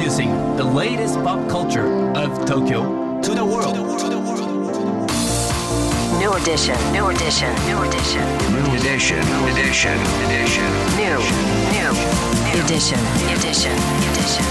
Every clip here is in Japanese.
Introducing the latest pop culture of Tokyo to the world. New edition, new edition, new edition, New edition, edition, edition. new edition, edition, edition.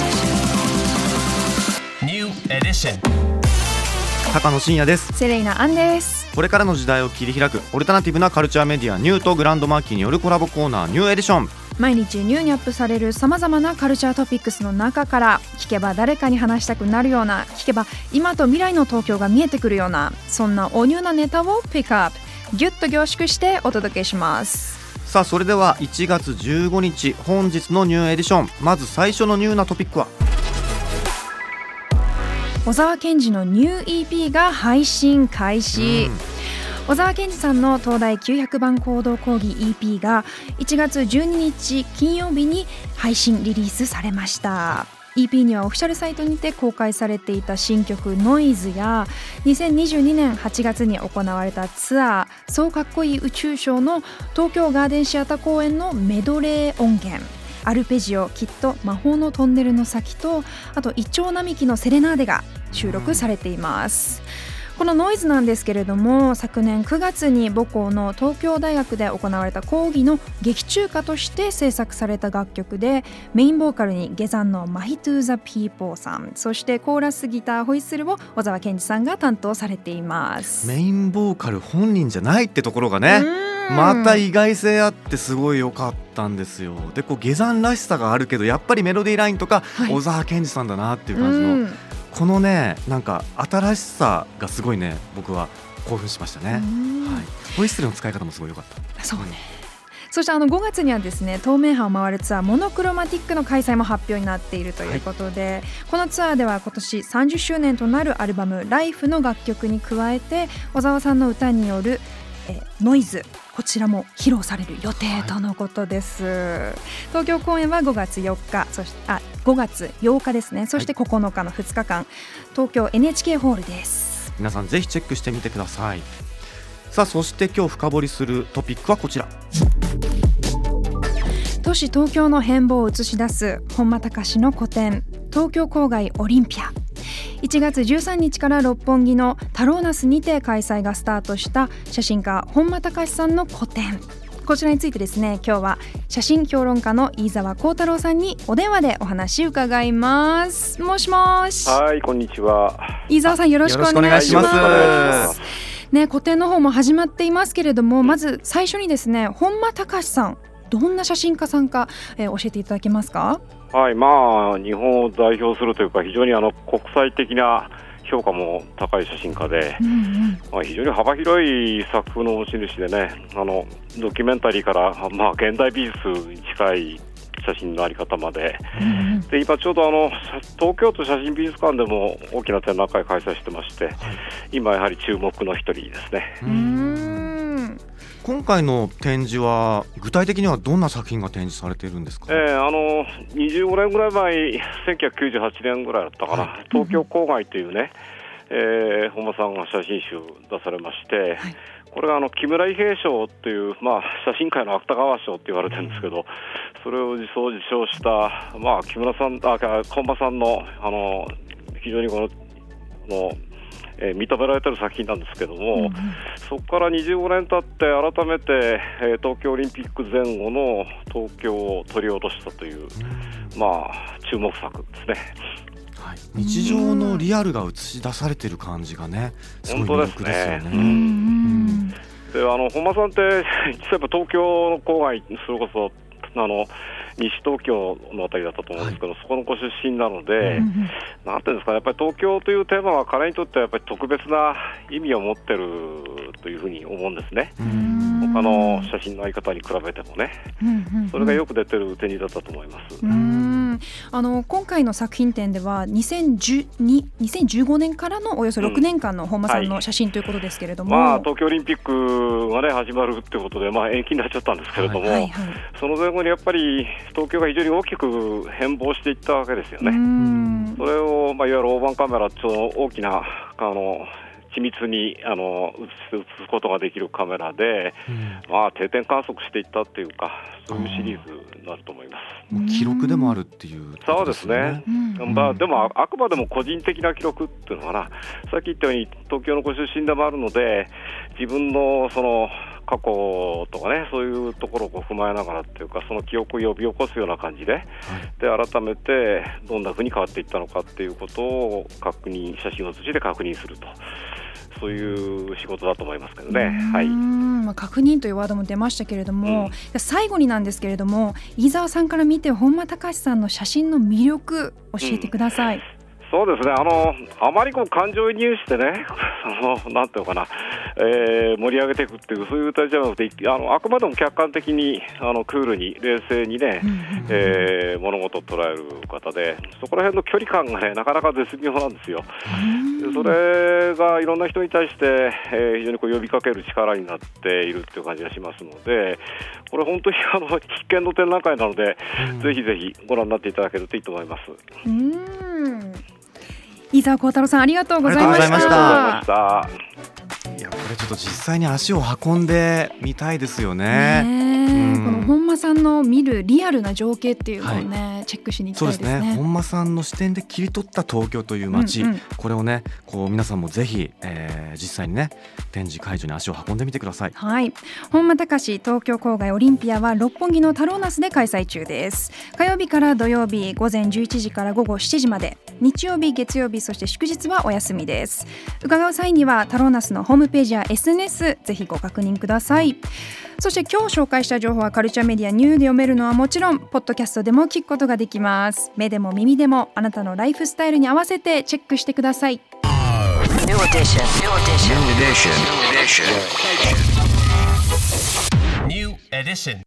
New edition. 高野真也です。 セレイナアンです。 これからの時代を切り開くオルタナティブなカルチャーメディアニューとグランドマーキーによるコラボコーナーニューエディション。 毎日ニューにアップされるさまざまなカルチャートピックスの中から聞けば誰かに話したくなるような、聞けば今と未来の東京が見えてくるような、そんなおニューなネタをピックアップギュッと凝縮してお届けします。 さあそれでは1月15日本日のニューエディション。まず最初のニューなトピックは小沢健二のニュー EP が配信開始。小沢健二さんの東大900番行動講義 EP が1月12日金曜日に配信リリースされました。 EP にはオフィシャルサイトにて公開されていた新曲ノイズや2022年8月に行われたツアーそうかっこいい宇宙ショーの東京ガーデンシアター公演のメドレー音源、アルペジオきっと魔法のトンネルの先と、あとイチョウ並木のセレナーデが収録されています。このノイズなんですけれども、昨年9月に母校の東京大学で行われた講義の劇中歌として制作された楽曲で、メインボーカルに下山のマヒトゥーザピーポーさん、そしてコーラスギターホイッスルを小沢健二さんが担当されています。 メインボーカル本人じゃないってところがね、また意外性あってすごい良かったんですよ。でこう下山らしさがあるけどやっぱりメロディーラインとか小沢健二さんだなっていう感じの、このねなんか新しさがすごいね、僕は興奮しましたね。はい、ホイッスルの使い方もすごい良かった。 そうね。そして5月にはですね、東名阪を回るツアーモノクロマティックの開催も発表になっているということで、このツアーでは今年30周年となるアルバムライフの楽曲に加えて小沢さんの歌によるノイズ、こちらも披露される予定とのことです。東京公演は5月4日、そして5月8日ですね。そして9日の2日間、東京 NHK ホールです。 皆さんぜひチェックしてみてください。さあそして今日深掘りするトピックはこちら。 都市東京の変貌を映し出す本間隆の個展、東京郊外オリンピア。1月13日から六本木のタローナスにて開催がスタートした写真家本間隆さんの個展、こちらについてですね、今日は写真評論家の飯沢幸太郎さんにお電話でお話伺います。もしもし。 はい、こんにちは。 飯沢さんよろしくお願いします。ね、個展の方も始まっていますけれども、まず最初にですね、本間隆さんどんな写真家さんか、教えていただけますか？ はい、日本を代表するというか非常に国際的な評価も高い写真家で、非常に幅広い作風の持ち主でね、ドキュメンタリーから、現代美術に近い写真のあり方まで、で今ちょうど東京都写真美術館でも大きな展覧会開催してまして、今やはり注目の一人ですね。 今回の展示は具体的にはどんな作品が展示されているんですか ？25年ぐらい前、1998年ぐらいだったかな、東京郊外というね、本間さんが写真集出されまして、これが木村伊兵衛賞という、写真界の芥川賞って言われてるんですけど、それを受賞した、木村さん、本間さんの、非常にこの認められている作品なんですけども、そこから25年経って改めて、東京オリンピック前後の東京を取り落としたという、注目作ですね。 日常のリアルが映し出されている感じがね、すごい魅力ですよね。 で本間さんって実は東京の郊外、それこそ西東京のあたりだったと思うんですけど、そこのご出身なので、なんていうんですかね、やっぱり東京というテーマは彼にとってはやっぱり特別な意味を持ってるというふうに思うんですね。他の写真の相方に比べてもね、それがよく出てる展示だったと思います。 今回の作品展では2015年からのおよそ6年間の本間さんの写真ということですけれども、 東京オリンピックが、始まるってことで、延期になっちゃったんですけれども、その前後にやっぱり東京が非常に大きく変貌していったわけですよね。それを、いわゆる大判カメラと大きな緻密に映すことができるカメラで、定点観測していったっていうか、 そういうシリーズになると思います。 もう記録でもあるっていうことですね。 そうですね、でもあくまでも個人的な記録っていうのかな、さっき言ったように東京のご出身でもあるので、自分のその過去とかね、そういうところを踏まえながらっていうか、その記憶を呼び起こすような感じで、で改めてどんな風に変わっていったのかっていうことを写真を通じて確認すると、そういう仕事だと思いますけどね。はい、 確認というワードも出ましたけれども、最後になんですけれども、飯沢さんから見て本間隆さんの写真の魅力教えてください。 そうですね、あまり感情移入してね、なんていうのかな、盛り上げていくっていう、そういう歌じゃなくて、あくまでも客観的にクールに冷静にね、物事を捉える方で、そこら辺の距離感がね、なかなか絶妙なんですよ。でそれがいろんな人に対して、非常に呼びかける力になっているっていう感じがしますので、これ本当に必見の展覧会なので、ぜひぜひご覧になっていただけるといいと思います。 飯沢幸太郎さん、ありがとうございました。 いや、これちょっと実際に足を運んでみたいですよね。 この本間さんの見るリアルな情景っていうのをね、チェックしに行きたいですね。 そうですね、本間さんの視点で切り取った東京という街、これをね、皆さんもぜひ、実際にね、展示会場に足を運んでみてください。 はい、本間隆東京郊外オリンピアは六本木のタローナスで開催中です。火曜日から土曜日午前11時から午後7時まで、日曜日月曜日そして祝日はお休みです。伺う際にはタローナスのホームページや SNS ぜひご確認ください。そして今日紹介した情報はカルチャーメディアニューで読めるのはもちろん、ポッドキャストでも聞くことができます。目でも耳でもあなたのライフスタイルに合わせてチェックしてください。 New edition. New edition. New edition.